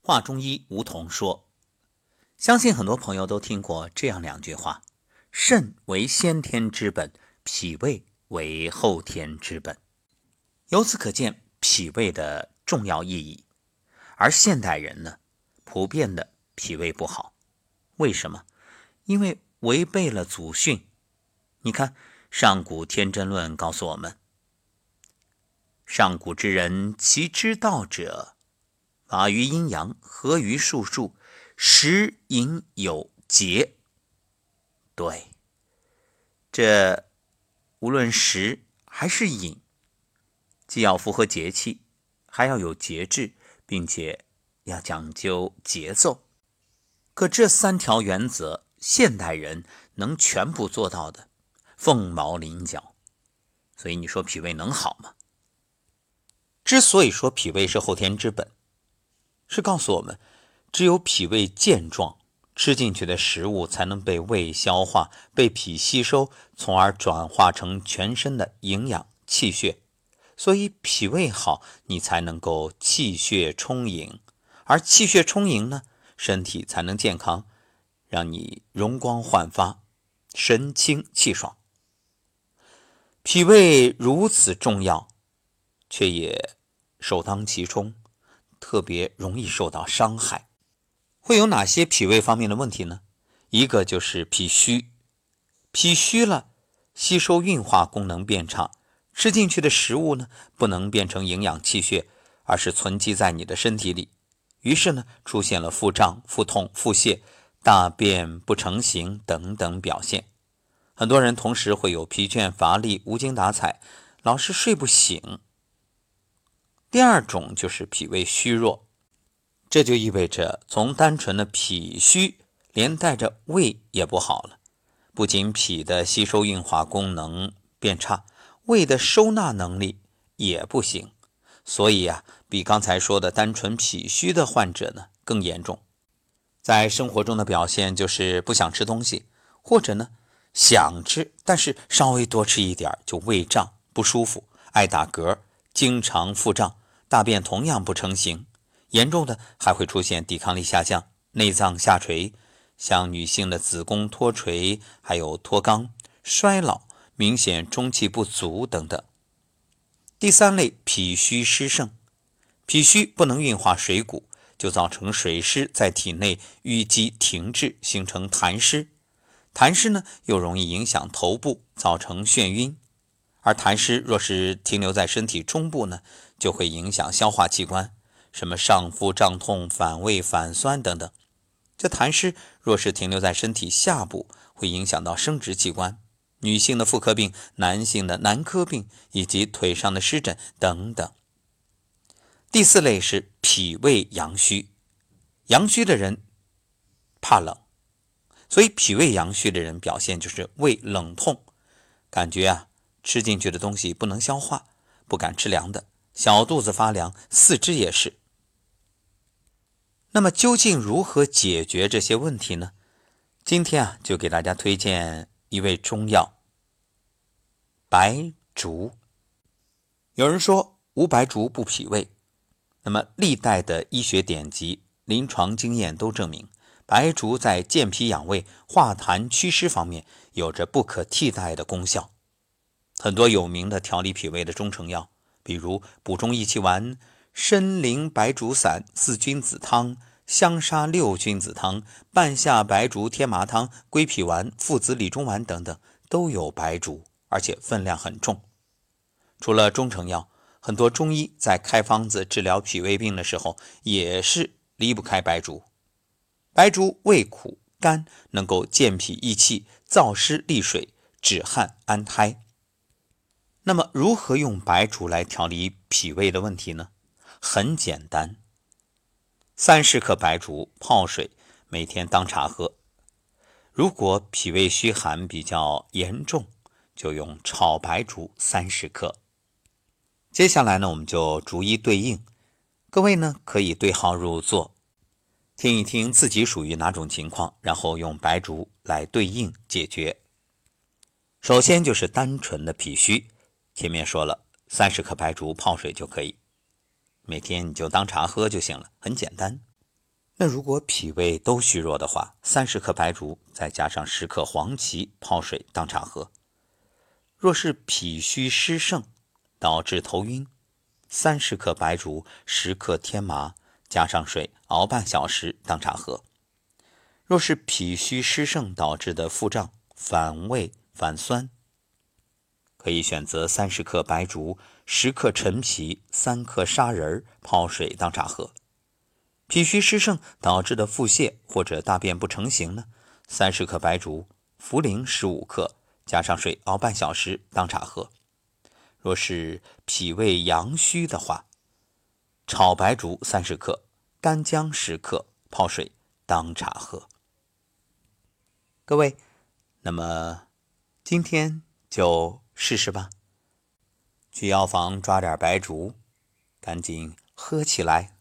话中医梧桐说，相信很多朋友都听过这样两句话：肾为先天之本，脾胃为后天之本。由此可见脾胃的重要意义。而现代人呢，普遍的脾胃不好。为什么？因为违背了祖训。你看上古天真论告诉我们，上古之人其之道者，法于阴阳，合于术数，食饮有节。对，这无论食还是饮，既要符合节气，还要有节制，并且要讲究节奏。可这三条原则，现代人能全部做到的，凤毛麟角。所以你说脾胃能好吗？之所以说脾胃是后天之本，是告诉我们，只有脾胃健壮，吃进去的食物才能被胃消化，被脾吸收，从而转化成全身的营养气血。所以脾胃好，你才能够气血充盈，而气血充盈呢，身体才能健康，让你容光焕发，神清气爽。脾胃如此重要，却也首当其冲，特别容易受到伤害。会有哪些脾胃方面的问题呢？一个就是脾虚，脾虚了，吸收运化功能变差，吃进去的食物呢，不能变成营养气血，而是存积在你的身体里。于是呢，出现了腹胀、腹痛、腹泻、大便不成形等等表现。很多人同时会有疲倦、乏力、无精打采，老是睡不醒。第二种就是脾胃虚弱，这就意味着从单纯的脾虚连带着胃也不好了，不仅脾的吸收运化功能变差，胃的收纳能力也不行。所以比刚才说的单纯脾虚的患者呢更严重。在生活中的表现就是不想吃东西，或者呢想吃，但是稍微多吃一点就胃胀不舒服，爱打嗝，经常腹胀，大便同样不成形。严重的还会出现抵抗力下降，内脏下垂，像女性的子宫脱垂，还有脱肛、衰老，明显中气不足等等。第三类，脾虚湿盛。脾虚不能运化水谷，就造成水湿在体内淤积停滞，形成痰湿。痰湿呢，又容易影响头部，造成眩晕。而痰湿若是停留在身体中部呢，就会影响消化器官，什么上腹胀痛、反胃、反酸等等。这痰湿若是停留在身体下部，会影响到生殖器官，女性的妇科病、男性的男科病，以及腿上的湿疹等等。第四类是脾胃阳虚。阳虚的人怕冷，所以脾胃阳虚的人表现就是胃冷痛，感觉吃进去的东西不能消化，不敢吃凉的，小肚子发凉，四肢也是。那么究竟如何解决这些问题呢？今天就给大家推荐一味中药，白术。有人说无白术不脾胃，那么历代的医学典籍、临床经验都证明，白术在健脾养胃、化痰祛湿方面有着不可替代的功效。很多有名的调理脾胃的中成药，比如补中益气丸、参苓白术散、四君子汤、香砂六君子汤、半夏白术天麻汤、归脾丸、附子理中丸等等，都有白术，而且分量很重。除了中成药，很多中医在开方子治疗脾胃病的时候，也是离不开白术。白术味苦甘，能够健脾益气、燥湿利水、止汗安胎。那么如何用白术来调理脾胃的问题呢？很简单，30克白术泡水，每天当茶喝。如果脾胃虚寒比较严重，就用炒白术30克。接下来呢，我们就逐一对应。各位呢，可以对号入座，听一听自己属于哪种情况，然后用白术来对应解决。首先就是单纯的脾虚，前面说了，30克白术泡水就可以，每天你就当茶喝就行了，很简单。 那如果脾胃都虚弱的话，30克白术再加上10克黄芪泡水当茶喝。若是脾虚湿盛导致头晕，30克白术10克天麻加上水熬半小时当茶喝。若是脾虚湿盛导致的腹胀、反胃、反酸，可以选择30克白术、10克陈皮、3克砂仁泡水当茶喝。脾虚湿盛导致的腹泻或者大便不成形呢，30克白术、茯苓15克加上水熬半小时当茶喝。若是脾胃阳虚的话，炒白术30克、干姜10克泡水当茶喝。各位，那么今天就试试吧，去药房抓点白术，赶紧喝起来。